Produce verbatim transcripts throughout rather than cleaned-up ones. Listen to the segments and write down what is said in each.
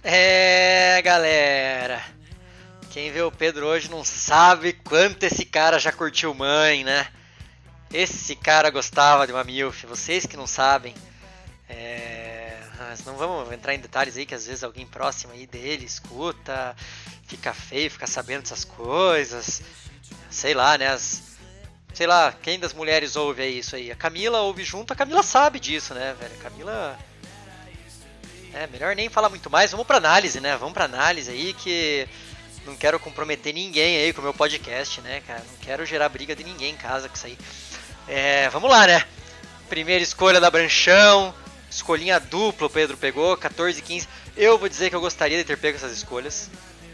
É, galera. Quem vê o Pedro hoje não sabe quanto esse cara já curtiu mãe, né? Esse cara gostava de uma milf, vocês que não sabem. É, mas não vamos entrar em detalhes aí que às vezes alguém próximo aí dele escuta, fica feio, fica sabendo dessas coisas. Sei lá, né? As, sei lá, quem das mulheres ouve aí isso aí? A Camila ouve junto, a Camila sabe disso, né, velho? A Camila... É, melhor nem falar muito mais, vamos pra análise, né? Vamos pra análise aí que não quero comprometer ninguém aí com o meu podcast, né, cara? Não quero gerar briga de ninguém em casa com isso aí. É, vamos lá, né? Primeira escolha da Branchão, escolhinha dupla o Pedro pegou, quatorze e quinze. Eu vou dizer que eu gostaria de ter pego essas escolhas.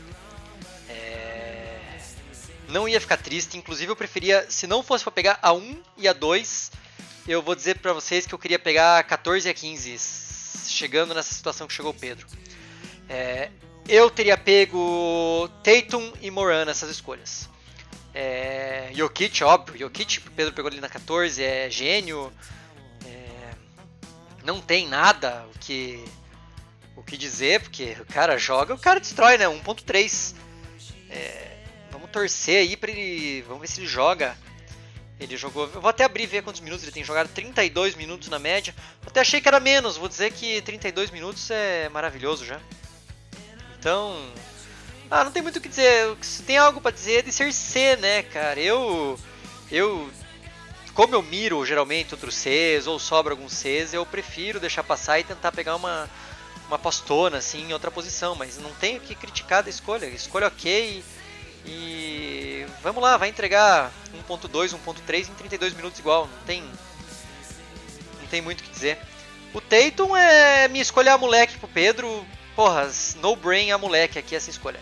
É... Não ia ficar triste, inclusive eu preferia, se não fosse pra pegar a um e a dois, eu vou dizer pra vocês que eu queria pegar a quatorze e a quinze, chegando nessa situação que chegou o Pedro. É... Eu teria pego Tatum e Moran nessas escolhas. É, Jokic, óbvio, Jokic, o Pedro pegou ali na quatorze, é gênio, é, não tem nada o que, o que dizer, porque o cara joga, o cara destrói, né, um ponto três, é, vamos torcer aí pra ele, vamos ver se ele joga, ele jogou, eu vou até abrir e ver quantos minutos ele tem jogado, trinta e dois minutos na média, até achei que era menos, vou dizer que trinta e dois minutos é maravilhoso já, então... Ah, não tem muito o que dizer. Se tem algo pra dizer é de ser C, né, cara? Eu. Eu. Como eu miro geralmente outros Cs ou sobra alguns Cs, eu prefiro deixar passar e tentar pegar uma. Uma postona, assim, em outra posição. Mas não tenho o que criticar da escolha. Escolha ok. E. Vamos lá, vai entregar um ponto dois, um ponto três em trinta e dois minutos igual. Não tem. Não tem muito o que dizer. O Tatum é minha escolha a moleque pro Pedro. Porra, no brain a moleque aqui essa escolha.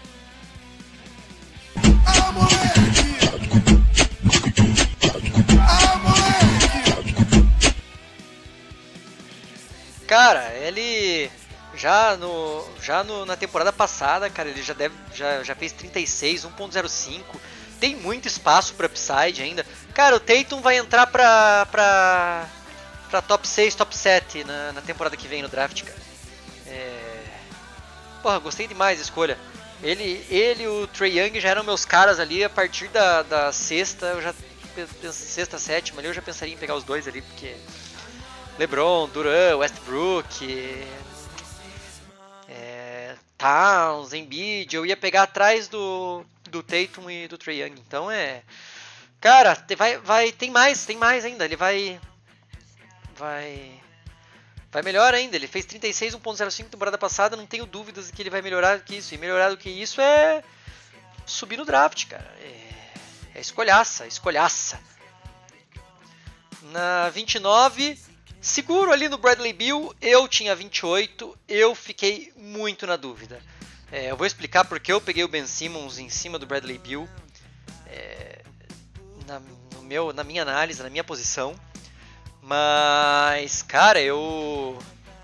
Ah, moleque! Ah, moleque! Cara, ele já no já no, na temporada passada, cara, ele já deve já, já fez trinta e seis, um ponto zero cinco. Tem muito espaço para upside ainda. Cara, o Tatum vai entrar pra pra para top seis, top sete na, na temporada que vem no draft, cara. É... Porra, gostei demais da escolha. Ele, ele e o Trae Young já eram meus caras ali. A partir da, da sexta, eu já sexta, sétima ali, eu já pensaria em pegar os dois ali, porque LeBron, Durant, Westbrook, é, Towns, Embiid, eu ia pegar atrás do, do Tatum e do Trae Young. Então é, cara, vai, vai, tem mais, tem mais ainda. Ele vai, vai Vai melhor ainda, ele fez trinta e seis, um ponto zero cinco temporada passada, não tenho dúvidas de que ele vai melhorar do que isso. E melhorar do que isso é subir no draft, cara. É, é escolhaça, escolhaça. Na vinte e nove, seguro ali no Bradley Beal, eu tinha vinte e oito, eu fiquei muito na dúvida. É, eu vou explicar porque eu peguei o Ben Simmons em cima do Bradley Beal, é, na, no meu, na minha análise, na minha posição. Mas, cara, eu...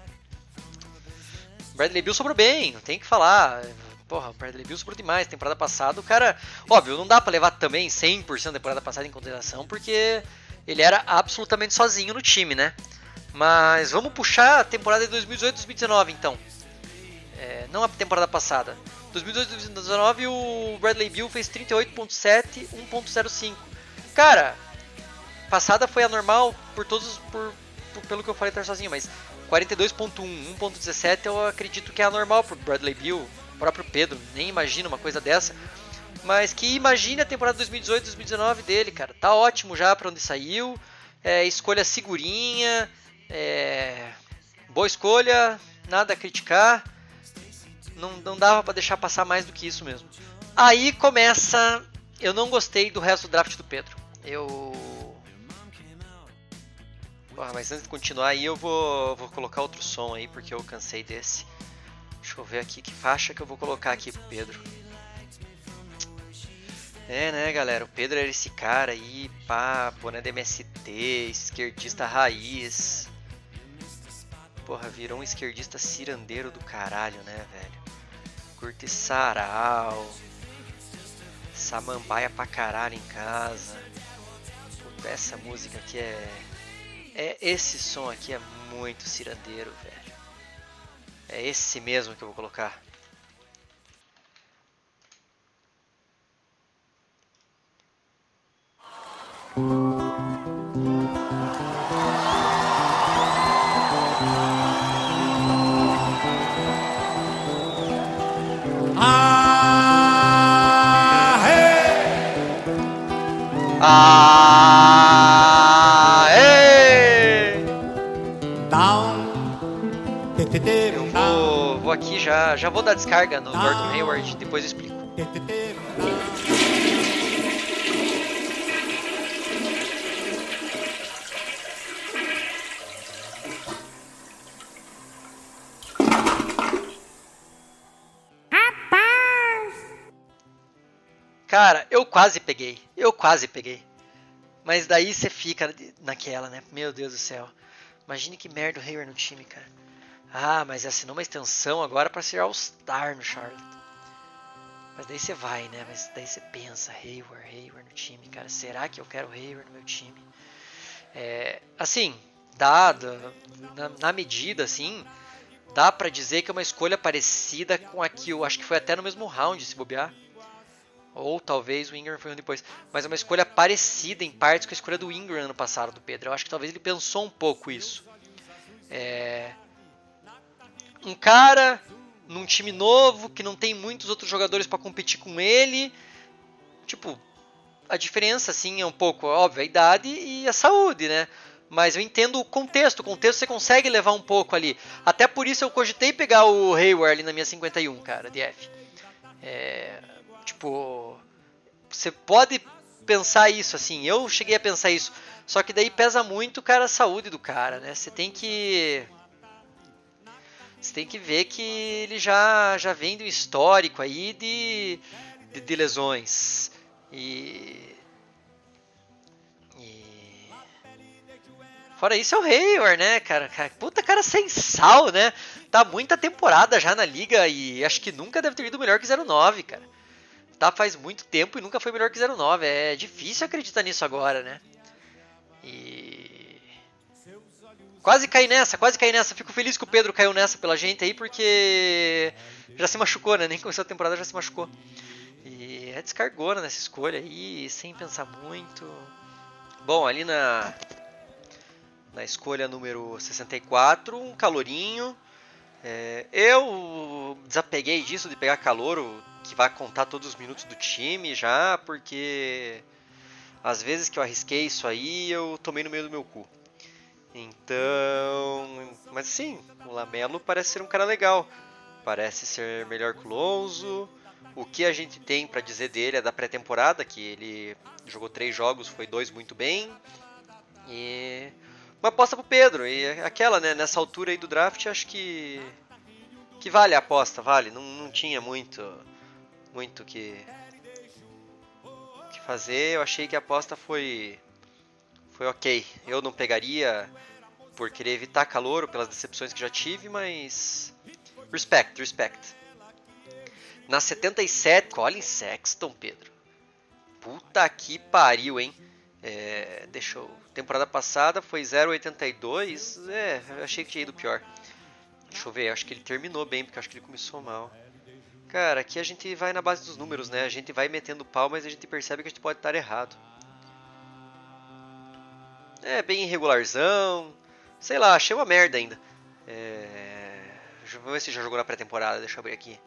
Bradley Beal sobrou bem, não tem o que falar. Porra, o Bradley Beal sobrou demais. Temporada passada, o cara... Óbvio, não dá pra levar também cem por cento da temporada passada em consideração, porque ele era absolutamente sozinho no time, né? Mas vamos puxar a temporada de dois mil e dezoito, dois mil e dezenove, então. É, não a temporada passada. dois mil e dezoito, dois mil e dezenove, o Bradley Beal fez trinta e oito ponto sete, um ponto zero cinco. Cara... Passada foi anormal por todos, por, por, pelo que eu falei, estar sozinho, mas quarenta e dois ponto um, um ponto dezessete eu acredito que é anormal pro Bradley Beal, o próprio Pedro, nem imagina uma coisa dessa, mas que imagine a temporada dois mil e dezoito, dois mil e dezenove dele, cara, tá ótimo já pra onde saiu, é, escolha segurinha, é, boa escolha, nada a criticar, não, não dava pra deixar passar mais do que isso mesmo. Aí começa, eu não gostei do resto do draft do Pedro, eu... Porra, mas antes de continuar aí eu vou, vou colocar outro som aí, porque eu cansei desse. Deixa eu ver aqui que faixa que eu vou colocar aqui pro Pedro. É, né, galera, o Pedro era esse cara aí, pá, boné da M S T, esquerdista raiz. Porra, virou um esquerdista cirandeiro do caralho, né, velho. Curte sarau, samambaia pra caralho em casa. Puta, essa música aqui é... É, esse som aqui é muito cirandeiro, velho. É esse mesmo que eu vou colocar. Ah, hey. Ah, ei! Down. Eu vou, vou aqui já, já vou dar descarga no Gordon Hayward, depois eu explico. Cara, eu quase peguei, eu quase peguei. Mas daí você fica naquela, né? Meu Deus do céu. Imagine que merda o Hayward no time, cara. Ah, mas assinou uma extensão agora pra ser All-Star no Charlotte. Mas daí você vai, né? Mas daí você pensa, Hayward, Hayward no time, cara. Será que eu quero Hayward no meu time? É, assim, dada, na, na medida, assim, dá pra dizer que é uma escolha parecida com a que eu acho que foi até no mesmo round, se bobear. Ou talvez o Ingram foi um depois. Mas é uma escolha parecida em partes com a escolha do Ingram ano passado, do Pedro. Eu acho que talvez ele pensou um pouco isso. É... Um cara num time novo, que não tem muitos outros jogadores para competir com ele. Tipo, a diferença, assim, é um pouco, óbvio, a idade e a saúde, né? Mas eu entendo o contexto. O contexto você consegue levar um pouco ali. Até por isso eu cogitei pegar o Hayward ali na minha cinquenta e um, cara, de F. É... Tipo, você pode pensar isso, assim, eu cheguei a pensar isso, só que daí pesa muito, cara, a saúde do cara, né? Você tem que você tem que ver que ele já já vem do histórico aí de, de, de lesões e, e fora isso é o Hayward, né, cara? Puta cara sem sal, né? Tá muita temporada já na liga e acho que nunca deve ter ido melhor que zero nove, cara. Tá faz muito tempo e nunca foi melhor que zero nove. É difícil acreditar nisso agora, né? E... Quase caí nessa, quase caí nessa. Fico feliz que o Pedro caiu nessa pela gente aí, porque já se machucou, né? Nem começou a temporada, já se machucou. E é descargou nessa escolha aí, sem pensar muito. Bom, ali na, na escolha número sessenta e quatro, um calorinho. É, eu desapeguei disso de pegar calouro que vai contar todos os minutos do time já, porque às vezes que eu arrisquei isso aí, eu tomei no meio do meu cu. Então, mas assim, o Lamelo parece ser um cara legal, parece ser melhor que o Lonzo. O que a gente tem para dizer dele é da pré-temporada, que ele jogou três jogos, foi dois muito bem. E uma aposta pro Pedro, e aquela, né, nessa altura aí do draft, acho que que vale a aposta, vale, não, não tinha muito muito que que fazer. Eu achei que a aposta foi foi ok. Eu não pegaria por querer evitar calouro pelas decepções que já tive, mas respect, respect. Na setenta e sete, Colin Sexton, Pedro. Puta que pariu, hein? É, deixa eu... Temporada passada foi zero vírgula oitenta e dois. É, eu achei que tinha ido pior. Deixa eu ver, acho que ele terminou bem, porque acho que ele começou mal. Cara, aqui a gente vai na base dos números, né? A gente vai metendo pau, mas a gente percebe que a gente pode estar errado. É, bem irregularzão. Sei lá, achei uma merda ainda. É... Vamos ver se já jogou na pré-temporada, deixa eu abrir aqui.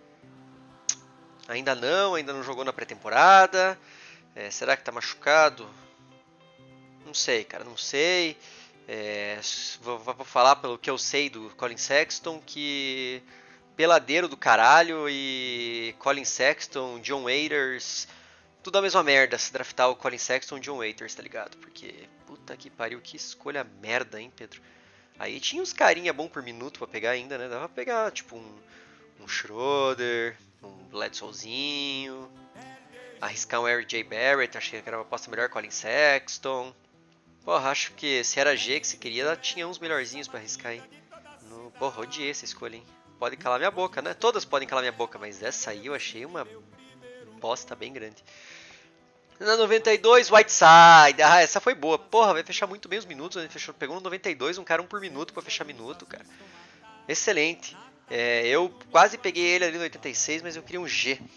Ainda não, ainda não jogou na pré-temporada. É, será que tá machucado? Não sei, cara, não sei. É, vou, vou falar pelo que eu sei do Colin Sexton, que peladeiro do caralho, e Colin Sexton, John Waiters, tudo a mesma merda se draftar o Colin Sexton e John Waiters, tá ligado? Porque, puta que pariu, que escolha merda, hein, Pedro? Aí tinha uns carinha bom por minuto pra pegar ainda, né? Dava pra pegar, tipo, um, um Schroeder, um Bledsoezinho, arriscar um R J Barrett, achei que era uma aposta melhor Colin Sexton. Porra, acho que se era G que se queria, tinha uns melhorzinhos pra arriscar, hein? No... Porra, odiei essa escolha, hein? Pode calar minha boca, né? Todas podem calar minha boca, mas essa aí eu achei uma bosta bem grande. Na noventa e dois, Whiteside. Ah, essa foi boa. Porra, vai fechar muito bem os minutos. Ele fechou, pegou no noventa e dois, um cara um por minuto pra fechar minuto, cara. Excelente. É, eu quase peguei ele ali no oitenta e seis, mas eu queria um G.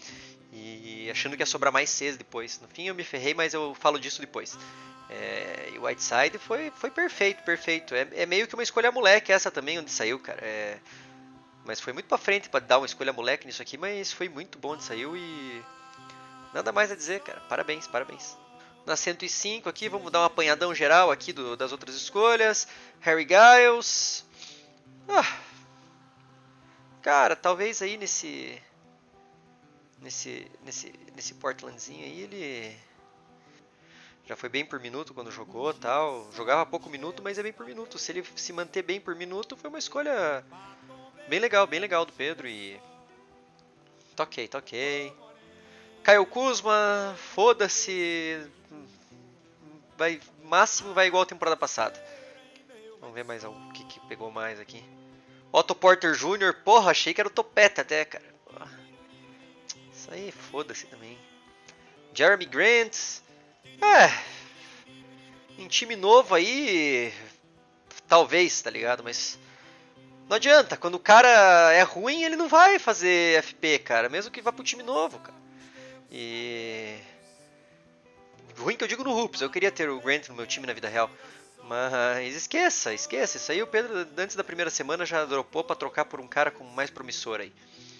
E achando que ia sobrar mais Cs depois. No fim eu me ferrei, mas eu falo disso depois. É, e o Whiteside foi, foi perfeito, perfeito. É, é meio que uma escolha moleque essa também, onde saiu, cara. É, mas foi muito pra frente pra dar uma escolha moleque nisso aqui, mas foi muito bom onde saiu e... Nada mais a dizer, cara. Parabéns, parabéns. Na cento e cinco aqui, vamos dar um apanhadão geral aqui do, das outras escolhas. Harry Giles. Ah, cara, talvez aí nesse... Nesse, nesse, nesse Portlandzinho aí, ele... Já foi bem por minuto quando jogou, tal. Jogava pouco minuto, mas é bem por minuto. Se ele se manter bem por minuto, foi uma escolha bem legal, bem legal do Pedro e... Tá ok, tá ok. Kyle Kuzma, foda-se. Vai, máximo vai igual a temporada passada. Vamos ver mais o que, que pegou mais aqui. Otto Porter Júnior, porra, achei que era o topete até, cara. Isso aí, foda-se também. Jeremy Grant. É. Em time novo aí. Talvez, tá ligado? Mas. Não adianta. Quando o cara é ruim, ele não vai fazer F P, cara. Mesmo que vá pro time novo, cara. E. Ruim que eu digo no Hoops. Eu queria ter o Grant no meu time na vida real. Mas esqueça, esqueça. Isso aí o Pedro, antes da primeira semana, já dropou pra trocar por um cara com mais promissor aí.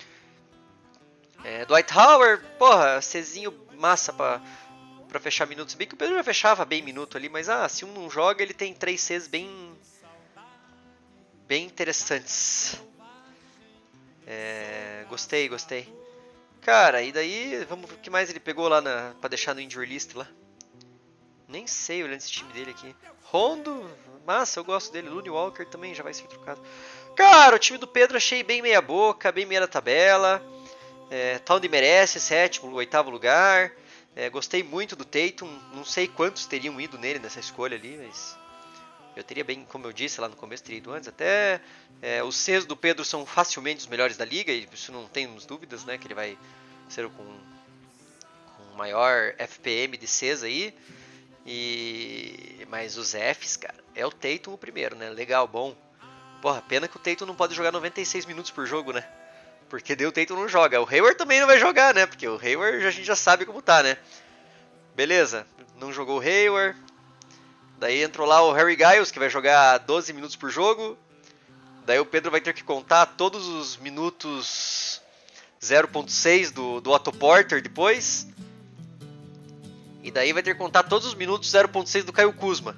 É, Dwight Howard, porra, Czinho massa pra, pra fechar minutos. Bem que o Pedro já fechava bem minuto ali, mas ah, se um não joga, ele tem três Cs bem, bem interessantes. É, gostei, gostei. Cara, e daí, vamos ver o que mais ele pegou lá na, pra deixar no injury list lá. Nem sei olhando esse time dele aqui. Rondo, massa, eu gosto dele. Looney Walker também já vai ser trocado. Cara, o time do Pedro achei bem meia boca, bem meia da tabela. É, Townie merece, sétimo, oitavo lugar. É, gostei muito do Tatum. Não sei quantos teriam ido nele nessa escolha ali, mas eu teria bem, como eu disse lá no começo, teria ido antes. Até é, os Cs do Pedro são facilmente os melhores da liga, e isso não temos dúvidas, né? Que ele vai ser com, com o maior F P M de Cs aí. E, mas os Fs, cara, é o Tatum o primeiro, né? Legal, bom. Porra, pena que o Tatum não pode jogar noventa e seis minutos por jogo, né? Porque daí o Tatum não joga. O Hayward também não vai jogar, né? Porque o Hayward a gente já sabe como tá, né? Beleza, não jogou o Hayward. Daí entrou lá o Harry Giles, que vai jogar doze minutos por jogo. Daí o Pedro vai ter que contar todos os minutos zero ponto seis do, do Otto Porter depois. E daí vai ter que contar todos os minutos zero ponto seis do Kyle Kuzma.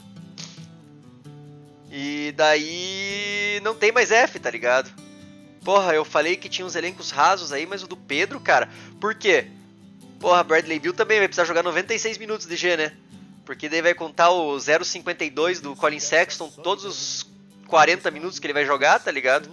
E daí não tem mais F, tá ligado? Porra, eu falei que tinha uns elencos rasos aí, mas o do Pedro, cara... Por quê? Porra, Bradley Beal também vai precisar jogar noventa e seis minutos de G, né? Porque daí vai contar o zero vírgula cinquenta e dois do Colin Sexton, todos os quarenta minutos que ele vai jogar, tá ligado?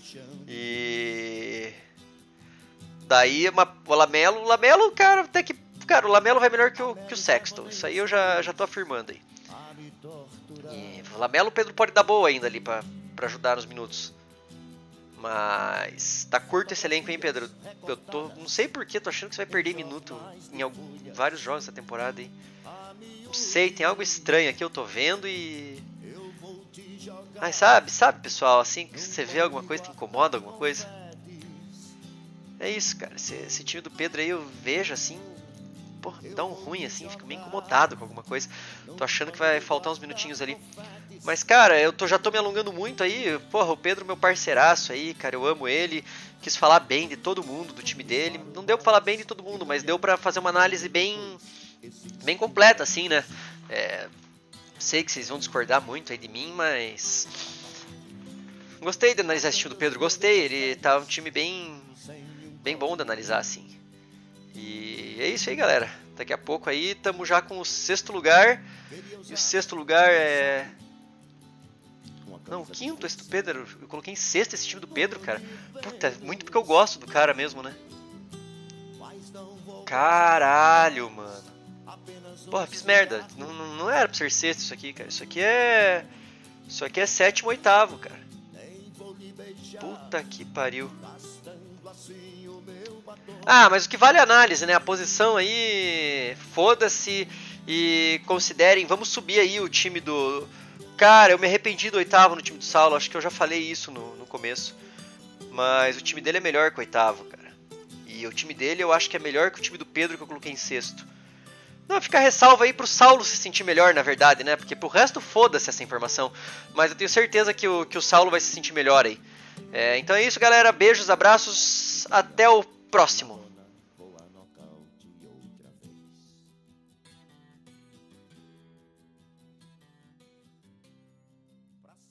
E... Daí uma, o Lamelo... O Lamelo, cara, até que... Cara, o Lamelo vai melhor que o, que o Sexton. Isso aí eu já, já tô afirmando aí. E o Lamelo, o Pedro pode dar boa ainda ali pra, pra ajudar nos minutos. Mas tá curto esse elenco, hein, Pedro? Eu tô, não sei porquê, tô achando que você vai perder minuto em, algum, em vários jogos dessa temporada, hein? Não sei, tem algo estranho aqui, eu tô vendo e... Mas sabe, sabe, pessoal, assim, que você vê alguma coisa, te incomoda alguma coisa? É isso, cara, esse, esse time do Pedro aí eu vejo assim... Porra, dá um ruim assim, fico meio incomodado com alguma coisa. Tô achando que vai faltar uns minutinhos ali. Mas, cara, eu tô, já tô me alongando muito aí. Porra, o Pedro, meu parceiraço aí, cara, eu amo ele. Quis falar bem de todo mundo, do time dele. Não deu pra falar bem de todo mundo, mas deu pra fazer uma análise bem, bem completa, assim, né? É, sei que vocês vão discordar muito aí de mim, mas... Gostei de analisar esse time do Pedro, gostei. Ele tá um time bem, bem bom de analisar, assim. E é isso aí, galera. Daqui a pouco aí estamos já com o sexto lugar. E o sexto lugar é... Não, o quinto, esse do Pedro. Eu coloquei em sexto esse time do Pedro, cara. Puta, muito porque eu gosto do cara mesmo, né? Caralho, mano. Porra, fiz merda. Não, não, não era pra ser sexto isso aqui, cara. Isso aqui é... Isso aqui é sétimo, oitavo, cara. Puta que pariu. Ah, mas o que vale é a análise, né? A posição aí, foda-se e considerem, vamos subir aí o time do... Cara, eu me arrependi do oitavo no time do Saulo, acho que eu já falei isso no, no começo. Mas o time dele é melhor que o oitavo, cara. E o time dele eu acho que é melhor que o time do Pedro que eu coloquei em sexto. Não, fica a ressalva aí pro Saulo se sentir melhor, na verdade, né? Porque pro resto, foda-se essa informação. Mas eu tenho certeza que o, que o Saulo vai se sentir melhor aí. É, então é isso, galera. Beijos, abraços. Até o próximo.